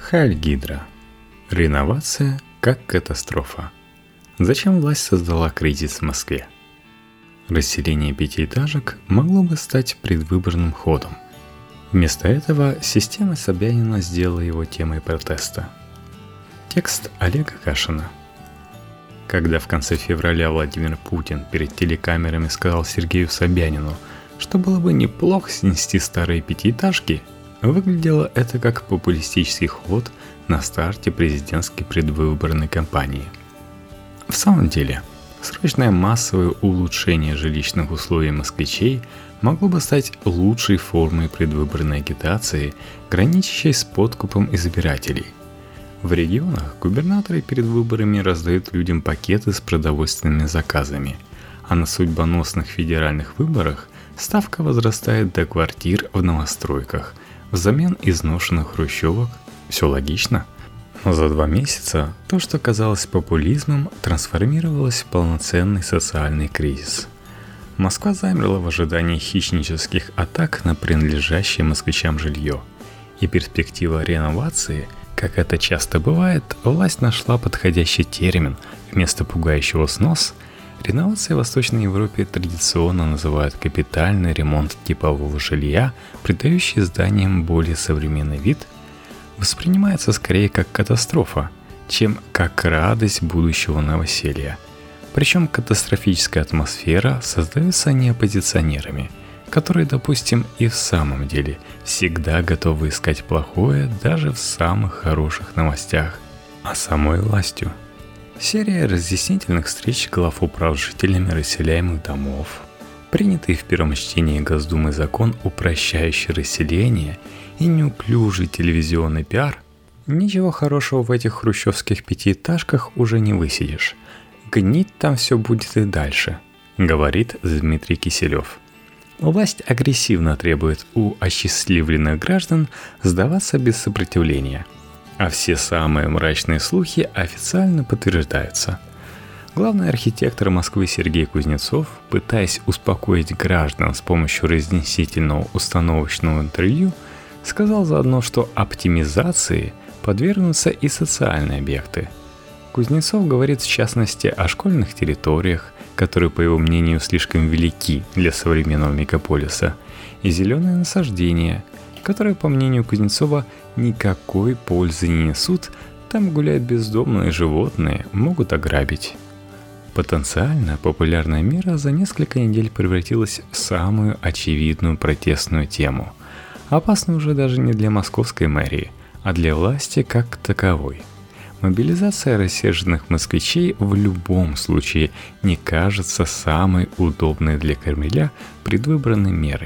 Хайль-Гидра. Реновация как катастрофа. Зачем власть создала кризис в Москве? Расселение пятиэтажек могло бы стать предвыборным ходом. Вместо этого система Собянина сделала его темой протеста. Текст Олега Кашина. Когда в конце февраля Владимир Путин перед телекамерами сказал Сергею Собянину, что было бы неплохо снести старые пятиэтажки, выглядело это как популистический ход на старте президентской предвыборной кампании. В самом деле, срочное массовое улучшение жилищных условий москвичей могло бы стать лучшей формой предвыборной агитации, граничащей с подкупом избирателей. В регионах губернаторы перед выборами раздают людям пакеты с продовольственными заказами, а на судьбоносных федеральных выборах ставка возрастает до квартир в новостройках взамен изношенных хрущевок. Все логично. Но за 2 месяца то, что казалось популизмом, трансформировалось в полноценный социальный кризис. Москва замерла в ожидании хищнических атак на принадлежащее москвичам жилье. И перспектива реновации, как это часто бывает, власть нашла подходящий термин вместо пугающего снос. Реновацией в Восточной Европе традиционно называют капитальный ремонт типового жилья, придающий зданиям более современный вид, воспринимается скорее как катастрофа, чем как радость будущего новоселья. Причем катастрофическая атмосфера создается не оппозиционерами, которые, допустим, и в самом деле всегда готовы искать плохое даже в самых хороших новостях, а самой властью. Серия разъяснительных встреч глав управ с жителями расселяемых домов, принятый в первом чтении Госдумы закон, упрощающий расселение, и неуклюжий телевизионный пиар. Ничего хорошего в этих хрущевских пятиэтажках уже не высидишь. Гнить там все будет и дальше, говорит Дмитрий Киселев. Власть агрессивно требует у осчастливленных граждан сдаваться без сопротивления, а все самые мрачные слухи официально подтверждаются. Главный архитектор Москвы Сергей Кузнецов, пытаясь успокоить граждан с помощью разъяснительного установочного интервью, сказал заодно, что оптимизации подвергнутся и социальные объекты. Кузнецов говорит в частности о школьных территориях, которые, по его мнению, слишком велики для современного мегаполиса, и зеленые насаждения, которые, по мнению Кузнецова, никакой пользы не несут, там гуляют бездомные животные, могут ограбить. Потенциально популярная мера за несколько недель превратилась в самую очевидную протестную тему. Опасную уже даже не для московской мэрии, а для власти как таковой. Мобилизация рассерженных москвичей в любом случае не кажется самой удобной для Кремля предвыборной мерой.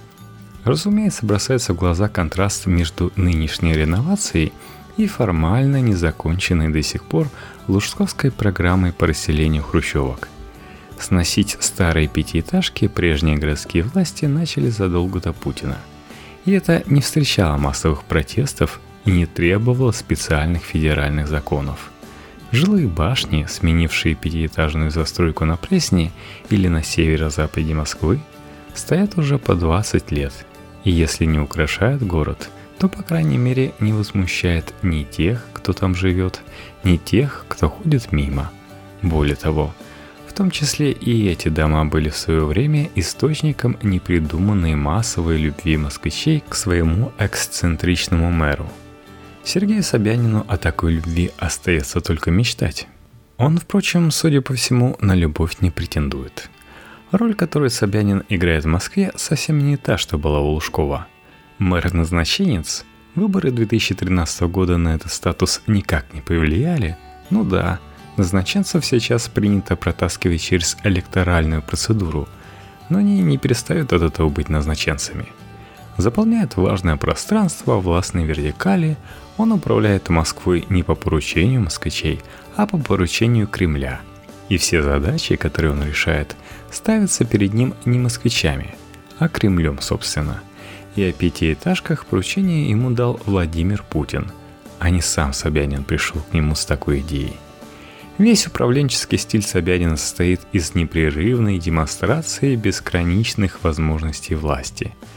Разумеется, бросается в глаза контраст между нынешней реновацией и формально незаконченной до сих пор лужковской программой по расселению хрущевок. Сносить старые пятиэтажки прежние городские власти начали задолго до Путина. И это не встречало массовых протестов и не требовало специальных федеральных законов. Жилые башни, сменившие пятиэтажную застройку на Пресне или на северо-западе Москвы, стоят уже по 20 лет, и если не украшают город, то, по крайней мере, не возмущает ни тех, кто там живет, ни тех, кто ходит мимо. Более того, в том числе и эти дома были в свое время источником непридуманной массовой любви москвичей к своему эксцентричному мэру. Сергею Собянину о такой любви остается только мечтать. Он, впрочем, судя по всему, на любовь не претендует. Роль, которую Собянин играет в Москве, совсем не та, что была у Лужкова. Мэр-назначенец, выборы 2013 года на этот статус никак не повлияли. Ну да, назначенцев сейчас принято протаскивать через электоральную процедуру, но они не перестают от этого быть назначенцами. Заполняет важное пространство властной вертикали, он управляет Москвой не по поручению москвичей, а по поручению Кремля. И все задачи, которые он решает, ставятся перед ним не москвичами, а Кремлем, собственно. И о пятиэтажках поручение ему дал Владимир Путин, а не сам Собянин пришел к нему с такой идеей. Весь управленческий стиль Собянина состоит из непрерывной демонстрации безграничных возможностей власти.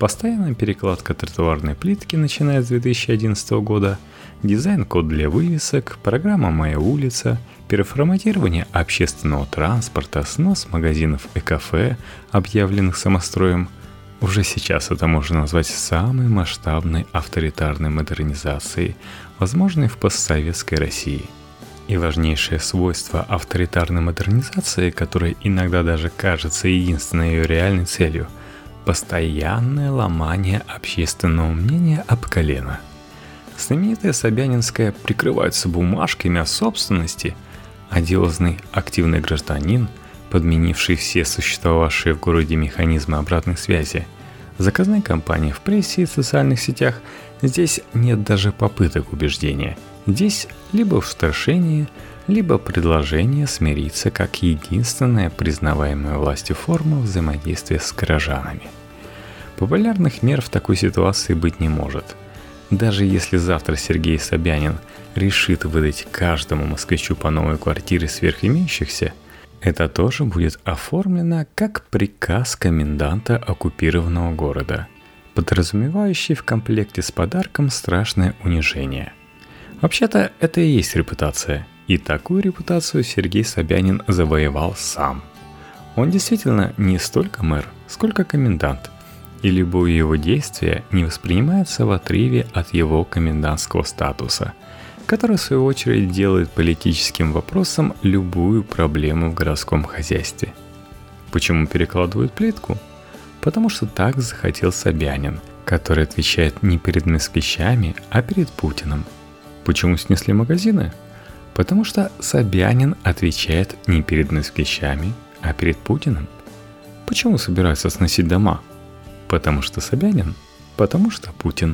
Постоянная перекладка тротуарной плитки, начиная с 2011 года, дизайн-код для вывесок, программа «Моя улица», переформатирование общественного транспорта, снос магазинов и кафе, объявленных самостроем. Уже сейчас это можно назвать самой масштабной авторитарной модернизацией, возможной в постсоветской России. И важнейшее свойство авторитарной модернизации, которое иногда даже кажется единственной ее реальной целью – постоянное ломание общественного мнения об колено. Знаменитая Собянинская «прикрывается бумажками о собственности», одиозный активный гражданин, подменивший все существовавшие в городе механизмы обратной связи, заказные кампании в прессе и социальных сетях, здесь нет даже попыток убеждения. Здесь либо устрашение, либо предложение смириться как единственная признаваемая властью форма взаимодействия с горожанами. Популярных мер в такой ситуации быть не может. Даже если завтра Сергей Собянин решит выдать каждому москвичу по новой квартире сверх имеющихся, это тоже будет оформлено как приказ коменданта оккупированного города, подразумевающий в комплекте с подарком страшное унижение. Вообще-то это и есть репутация, и такую репутацию Сергей Собянин завоевал сам. Он действительно не столько мэр, сколько комендант, и любое его действие не воспринимается в отрыве от его комендантского статуса, который в свою очередь делает политическим вопросом любую проблему в городском хозяйстве. Почему перекладывают плитку? Потому что так захотел Собянин, который отвечает не перед москвичами, а перед Путиным. Почему снесли магазины? Потому что Собянин отвечает не перед москвичами, а перед Путиным. Почему собираются сносить дома? Потому что Собянин, потому что Путин.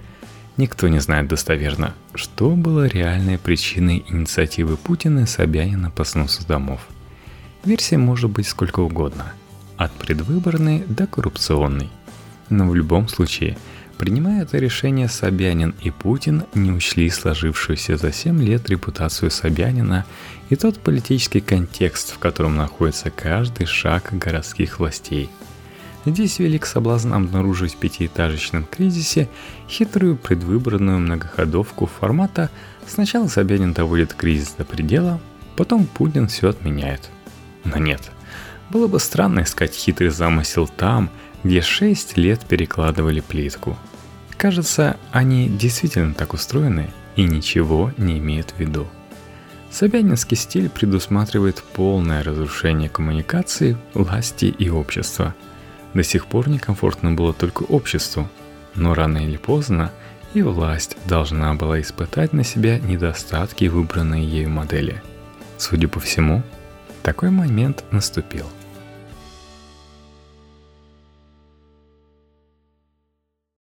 Никто не знает достоверно, что было реальной причиной инициативы Путина и Собянина по сносу домов. Версий может быть сколько угодно, от предвыборной до коррупционной. Но в любом случае, принимая это решение, Собянин и Путин не учли сложившуюся за 7 лет репутацию Собянина и тот политический контекст, в котором находится каждый шаг городских властей. Здесь велик соблазн обнаружить в пятиэтажечном кризисе хитрую предвыборную многоходовку формата «сначала Собянин доводит кризис до предела, потом Путин все отменяет». Но нет, было бы странно искать хитрый замысел там, где 6 лет перекладывали плитку. Кажется, они действительно так устроены и ничего не имеют в виду. Собянинский стиль предусматривает полное разрушение коммуникации, власти и общества. До сих пор некомфортно было только обществу, но рано или поздно и власть должна была испытать на себя недостатки выбранной ею модели. Судя по всему, такой момент наступил.